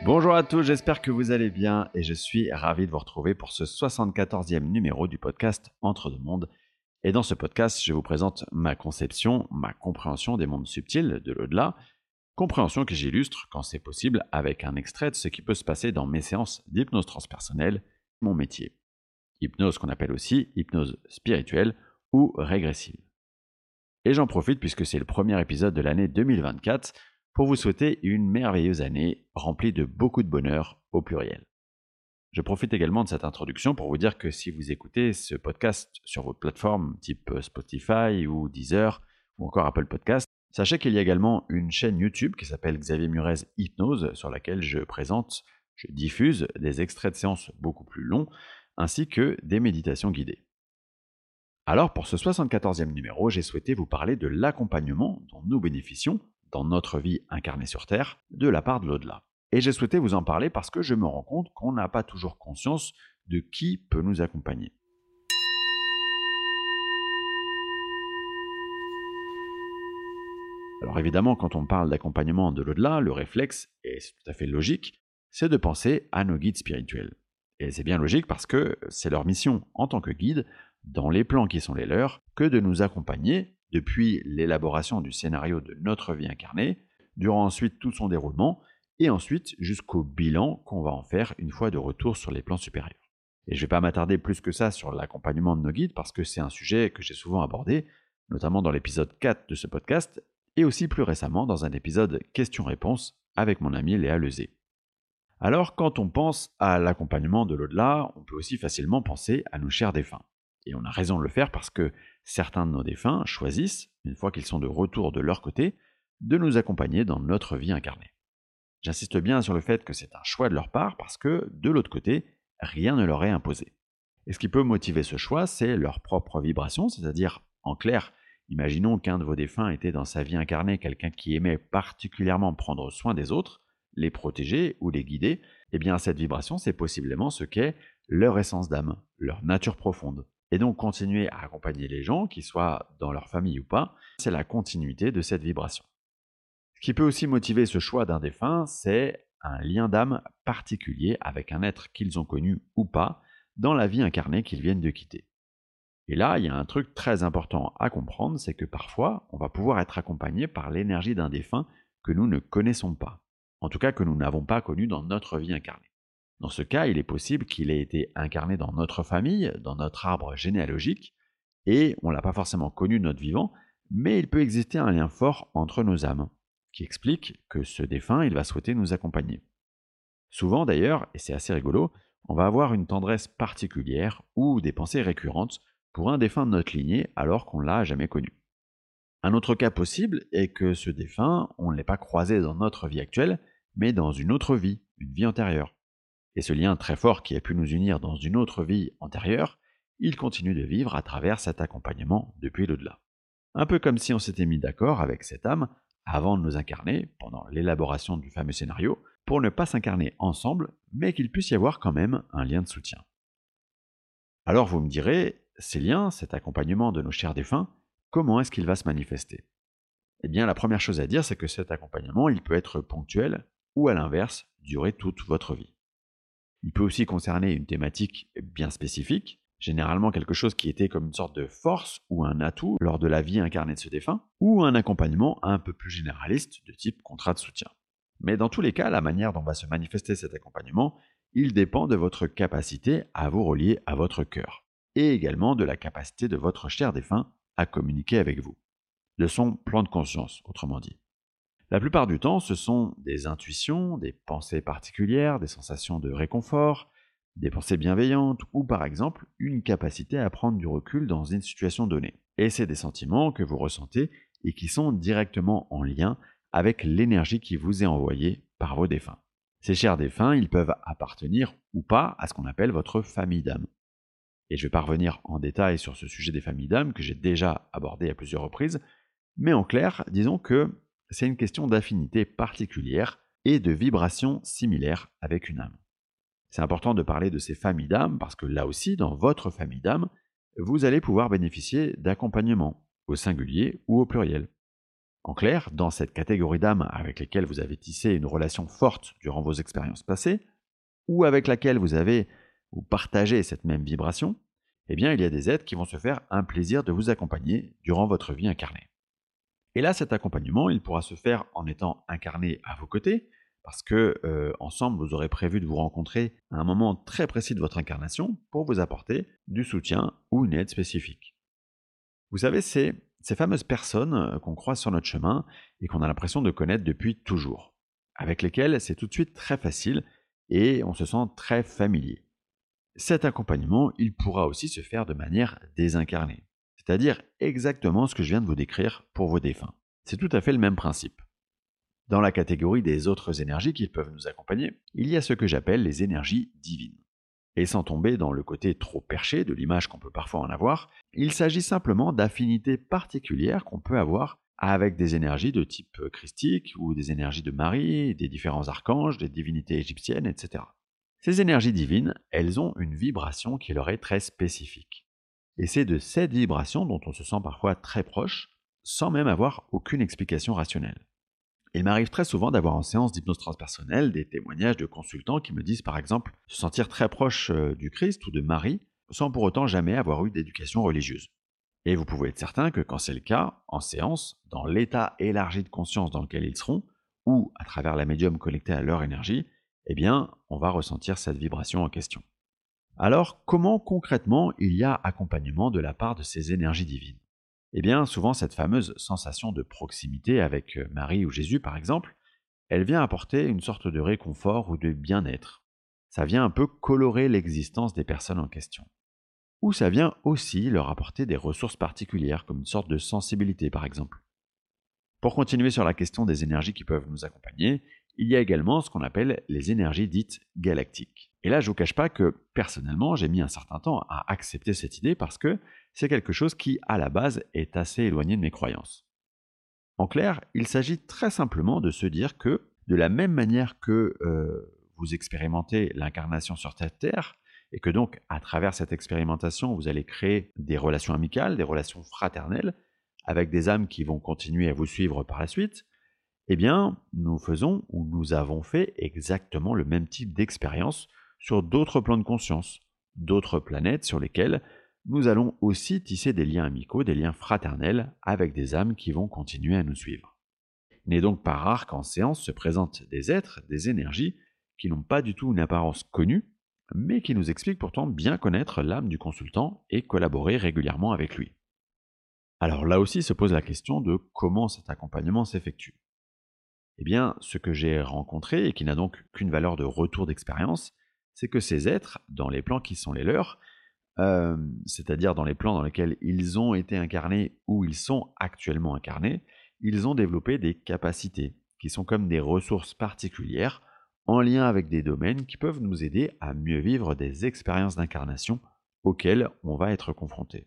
Bonjour à tous, j'espère que vous allez bien et je suis ravi de vous retrouver pour ce 74e numéro du podcast Entre deux mondes. Et dans ce podcast, je vous présente ma conception, ma compréhension des mondes subtils de l'au-delà, compréhension que j'illustre, quand c'est possible, avec un extrait de ce qui peut se passer dans mes séances d'hypnose transpersonnelle, mon métier. Hypnose qu'on appelle aussi hypnose spirituelle ou régressive. Et j'en profite puisque c'est le premier épisode de l'année 2024 pour vous souhaiter une merveilleuse année remplie de beaucoup de bonheur au pluriel. Je profite également de cette introduction pour vous dire que si vous écoutez ce podcast sur votre plateforme type Spotify ou Deezer ou encore Apple Podcast, sachez qu'il y a également une chaîne YouTube qui s'appelle Xavier Murez Hypnose sur laquelle je diffuse des extraits de séances beaucoup plus longs ainsi que des méditations guidées. Alors pour ce 74e numéro, j'ai souhaité vous parler de l'accompagnement dont nous bénéficions dans notre vie incarnée sur Terre de la part de l'au-delà. Et j'ai souhaité vous en parler parce que je me rends compte qu'on n'a pas toujours conscience de qui peut nous accompagner. Alors évidemment, quand on parle d'accompagnement de l'au-delà, le réflexe, et c'est tout à fait logique, c'est de penser à nos guides spirituels. Et c'est bien logique parce que c'est leur mission en tant que guide, dans les plans qui sont les leurs, que de nous accompagner depuis l'élaboration du scénario de notre vie incarnée, durant ensuite tout son déroulement, et ensuite jusqu'au bilan qu'on va en faire une fois de retour sur les plans supérieurs. Et je ne vais pas m'attarder plus que ça sur l'accompagnement de nos guides parce que c'est un sujet que j'ai souvent abordé, notamment dans l'épisode 4 de ce podcast, et aussi plus récemment dans un épisode questions-réponses avec mon ami Léa Lezé. Alors, quand on pense à l'accompagnement de l'au-delà, on peut aussi facilement penser à nos chers défunts. Et on a raison de le faire parce que certains de nos défunts choisissent, une fois qu'ils sont de retour de leur côté, de nous accompagner dans notre vie incarnée. J'insiste bien sur le fait que c'est un choix de leur part parce que, de l'autre côté, rien ne leur est imposé. Et ce qui peut motiver ce choix, c'est leur propre vibration, c'est-à-dire, en clair, imaginons qu'un de vos défunts était dans sa vie incarnée quelqu'un qui aimait particulièrement prendre soin des autres, les protéger ou les guider, eh bien cette vibration, c'est possiblement ce qu'est leur essence d'âme, leur nature profonde. Et donc continuer à accompagner les gens, qu'ils soient dans leur famille ou pas, c'est la continuité de cette vibration. Ce qui peut aussi motiver ce choix d'un défunt, c'est un lien d'âme particulier avec un être qu'ils ont connu ou pas dans la vie incarnée qu'ils viennent de quitter. Et là, il y a un truc très important à comprendre, c'est que parfois, on va pouvoir être accompagné par l'énergie d'un défunt que nous ne connaissons pas, en tout cas que nous n'avons pas connu dans notre vie incarnée. Dans ce cas, il est possible qu'il ait été incarné dans notre famille, dans notre arbre généalogique, et on ne l'a pas forcément connu de notre vivant, mais il peut exister un lien fort entre nos âmes, qui explique que ce défunt, il va souhaiter nous accompagner. Souvent d'ailleurs, et c'est assez rigolo, on va avoir une tendresse particulière ou des pensées récurrentes pour un défunt de notre lignée alors qu'on ne l'a jamais connu. Un autre cas possible est que ce défunt, on ne l'ait pas croisé dans notre vie actuelle, mais dans une autre vie, une vie antérieure. Et ce lien très fort qui a pu nous unir dans une autre vie antérieure, il continue de vivre à travers cet accompagnement depuis l'au-delà. Un peu comme si on s'était mis d'accord avec cette âme avant de nous incarner, pendant l'élaboration du fameux scénario, pour ne pas s'incarner ensemble, mais qu'il puisse y avoir quand même un lien de soutien. Alors vous me direz, ces liens, cet accompagnement de nos chers défunts, comment est-ce qu'il va se manifester ? Eh bien, la première chose à dire, c'est que cet accompagnement, il peut être ponctuel, ou à l'inverse, durer toute votre vie. Il peut aussi concerner une thématique bien spécifique, généralement quelque chose qui était comme une sorte de force ou un atout lors de la vie incarnée de ce défunt, ou un accompagnement un peu plus généraliste de type contrat de soutien. Mais dans tous les cas, la manière dont va se manifester cet accompagnement, il dépend de votre capacité à vous relier à votre cœur, et également de la capacité de votre cher défunt à communiquer avec vous. De son plan de conscience, autrement dit. La plupart du temps, ce sont des intuitions, des pensées particulières, des sensations de réconfort, des pensées bienveillantes ou par exemple une capacité à prendre du recul dans une situation donnée. Et c'est des sentiments que vous ressentez et qui sont directement en lien avec l'énergie qui vous est envoyée par vos défunts. Ces chers défunts, ils peuvent appartenir ou pas à ce qu'on appelle votre famille d'âme. Et je vais pas revenir en détail sur ce sujet des familles d'âme que j'ai déjà abordé à plusieurs reprises, mais en clair, disons que c'est une question d'affinité particulière et de vibration similaire avec une âme. C'est important de parler de ces familles d'âmes parce que là aussi, dans votre famille d'âme, vous allez pouvoir bénéficier d'accompagnement, au singulier ou au pluriel. En clair, dans cette catégorie d'âmes avec lesquelles vous avez tissé une relation forte durant vos expériences passées, ou avec laquelle vous avez ou partagez cette même vibration, eh bien, il y a des êtres qui vont se faire un plaisir de vous accompagner durant votre vie incarnée. Et là, cet accompagnement, il pourra se faire en étant incarné à vos côtés, parce que ensemble, vous aurez prévu de vous rencontrer à un moment très précis de votre incarnation pour vous apporter du soutien ou une aide spécifique. Vous savez, c'est ces fameuses personnes qu'on croise sur notre chemin et qu'on a l'impression de connaître depuis toujours, avec lesquelles c'est tout de suite très facile et on se sent très familier. Cet accompagnement, il pourra aussi se faire de manière désincarnée, c'est-à-dire exactement ce que je viens de vous décrire pour vos défunts. C'est tout à fait le même principe. Dans la catégorie des autres énergies qui peuvent nous accompagner, il y a ce que j'appelle les énergies divines. Et sans tomber dans le côté trop perché de l'image qu'on peut parfois en avoir, il s'agit simplement d'affinités particulières qu'on peut avoir avec des énergies de type christique ou des énergies de Marie, des différents archanges, des divinités égyptiennes, etc. Ces énergies divines, elles ont une vibration qui leur est très spécifique. Et c'est de cette vibration dont on se sent parfois très proche, sans même avoir aucune explication rationnelle. Il m'arrive très souvent d'avoir en séance d'hypnose transpersonnelle des témoignages de consultants qui me disent par exemple se sentir très proche du Christ ou de Marie sans pour autant jamais avoir eu d'éducation religieuse. Et vous pouvez être certain que quand c'est le cas, en séance, dans l'état élargi de conscience dans lequel ils seront, ou à travers la médium connectée à leur énergie, eh bien, on va ressentir cette vibration en question. Alors, comment concrètement il y a accompagnement de la part de ces énergies divines ? Eh bien, souvent, cette fameuse sensation de proximité avec Marie ou Jésus, par exemple, elle vient apporter une sorte de réconfort ou de bien-être. Ça vient un peu colorer l'existence des personnes en question. Ou ça vient aussi leur apporter des ressources particulières, comme une sorte de sensibilité, par exemple. Pour continuer sur la question des énergies qui peuvent nous accompagner, il y a également ce qu'on appelle les énergies dites galactiques. Et là, je ne vous cache pas que, personnellement, j'ai mis un certain temps à accepter cette idée parce que c'est quelque chose qui, à la base, est assez éloigné de mes croyances. En clair, il s'agit très simplement de se dire que, de la même manière que vous expérimentez l'incarnation sur cette terre, et que donc, à travers cette expérimentation, vous allez créer des relations amicales, des relations fraternelles, avec des âmes qui vont continuer à vous suivre par la suite, eh bien, nous faisons ou nous avons fait exactement le même type d'expérience sur d'autres plans de conscience, d'autres planètes sur lesquelles nous allons aussi tisser des liens amicaux, des liens fraternels avec des âmes qui vont continuer à nous suivre. Il n'est donc pas rare qu'en séance se présentent des êtres, des énergies qui n'ont pas du tout une apparence connue, mais qui nous expliquent pourtant bien connaître l'âme du consultant et collaborer régulièrement avec lui. Alors là aussi se pose la question de comment cet accompagnement s'effectue. Eh bien, ce que j'ai rencontré, et qui n'a donc qu'une valeur de retour d'expérience, c'est que ces êtres, dans les plans qui sont les leurs, c'est-à-dire dans les plans dans lesquels ils ont été incarnés ou ils sont actuellement incarnés, ils ont développé des capacités qui sont comme des ressources particulières en lien avec des domaines qui peuvent nous aider à mieux vivre des expériences d'incarnation auxquelles on va être confronté.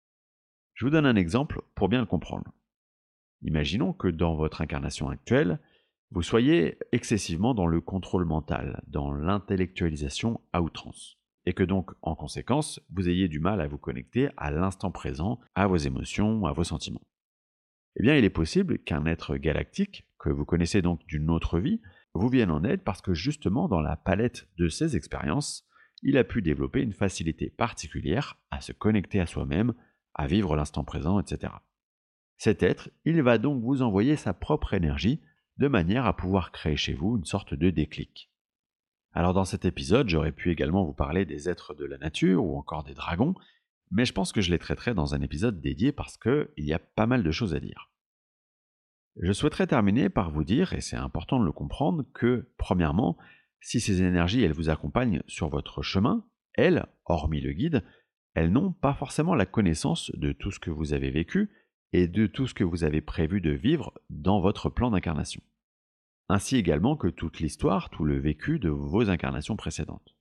Je vous donne un exemple pour bien le comprendre. Imaginons que dans votre incarnation actuelle, vous soyez excessivement dans le contrôle mental, dans l'intellectualisation à outrance, et que donc, en conséquence, vous ayez du mal à vous connecter à l'instant présent, à vos émotions, à vos sentiments. Eh bien, il est possible qu'un être galactique, que vous connaissez donc d'une autre vie, vous vienne en aide parce que justement, dans la palette de ses expériences, il a pu développer une facilité particulière à se connecter à soi-même, à vivre l'instant présent, etc. Cet être, il va donc vous envoyer sa propre énergie de manière à pouvoir créer chez vous une sorte de déclic. Alors dans cet épisode, j'aurais pu également vous parler des êtres de la nature ou encore des dragons, mais je pense que je les traiterai dans un épisode dédié parce qu'il y a pas mal de choses à dire. Je souhaiterais terminer par vous dire, et c'est important de le comprendre, que premièrement, si ces énergies elles vous accompagnent sur votre chemin, elles, hormis le guide, elles n'ont pas forcément la connaissance de tout ce que vous avez vécu et de tout ce que vous avez prévu de vivre dans votre plan d'incarnation. Ainsi également que toute l'histoire, tout le vécu de vos incarnations précédentes.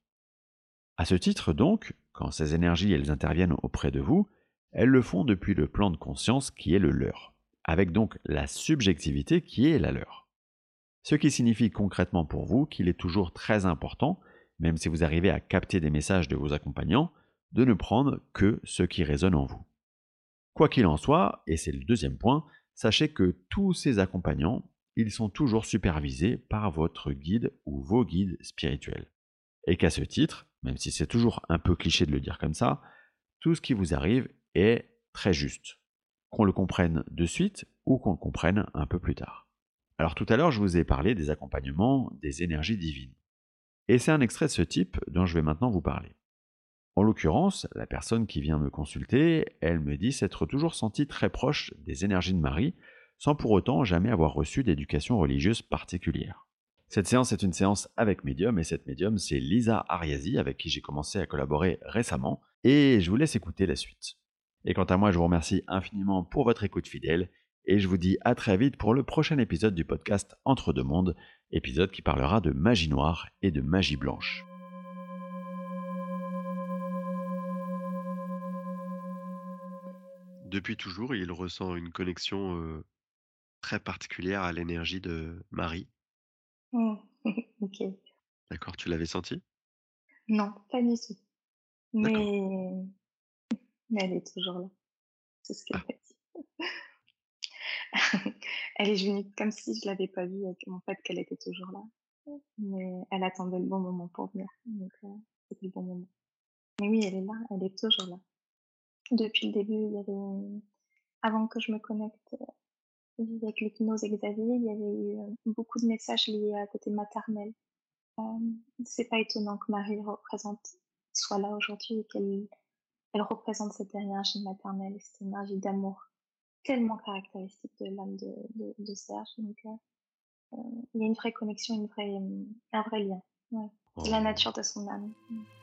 À ce titre donc, quand ces énergies elles interviennent auprès de vous, elles le font depuis le plan de conscience qui est le leur, avec donc la subjectivité qui est la leur. Ce qui signifie concrètement pour vous qu'il est toujours très important, même si vous arrivez à capter des messages de vos accompagnants, de ne prendre que ce qui résonne en vous. Quoi qu'il en soit, et c'est le deuxième point, sachez que tous ces accompagnants, ils sont toujours supervisés par votre guide ou vos guides spirituels. Et qu'à ce titre, même si c'est toujours un peu cliché de le dire comme ça, tout ce qui vous arrive est très juste. Qu'on le comprenne de suite ou qu'on le comprenne un peu plus tard. Alors tout à l'heure, je vous ai parlé des accompagnements des énergies divines. Et c'est un extrait de ce type dont je vais maintenant vous parler. En l'occurrence, la personne qui vient me consulter, elle me dit s'être toujours sentie très proche des énergies de Marie, sans pour autant jamais avoir reçu d'éducation religieuse particulière. Cette séance est une séance avec médium, et cette médium, c'est Lisa Ariasi, avec qui j'ai commencé à collaborer récemment, et je vous laisse écouter la suite. Et quant à moi, je vous remercie infiniment pour votre écoute fidèle, et je vous dis à très vite pour le prochain épisode du podcast Entre deux mondes, épisode qui parlera de magie noire et de magie blanche. Depuis toujours, il ressent une connexion, très particulière à l'énergie de Marie. Mmh. OK. D'accord, tu l'avais senti? Non, pas du tout. D'accord. Mais elle est toujours là, c'est ce qu'elle Ah, m'a dit. Elle est venue comme si je l'avais pas vue, en fait, qu'elle était toujours là. Mais elle attendait le bon moment pour venir, donc c'était le bon moment. Mais oui, elle est là, elle est toujours là. Depuis le début, il y avait avant que je me connecte, avec l'hypnose et Xavier, il y avait eu, beaucoup de messages liés à côté maternel. C'est pas étonnant que Marie soit là aujourd'hui et qu'elle représente cette énergie maternelle, cette énergie d'amour tellement caractéristique de l'âme de Serge. Donc, il y a une vraie connexion, un vrai lien. Ouais. C'est la oh, nature de son âme.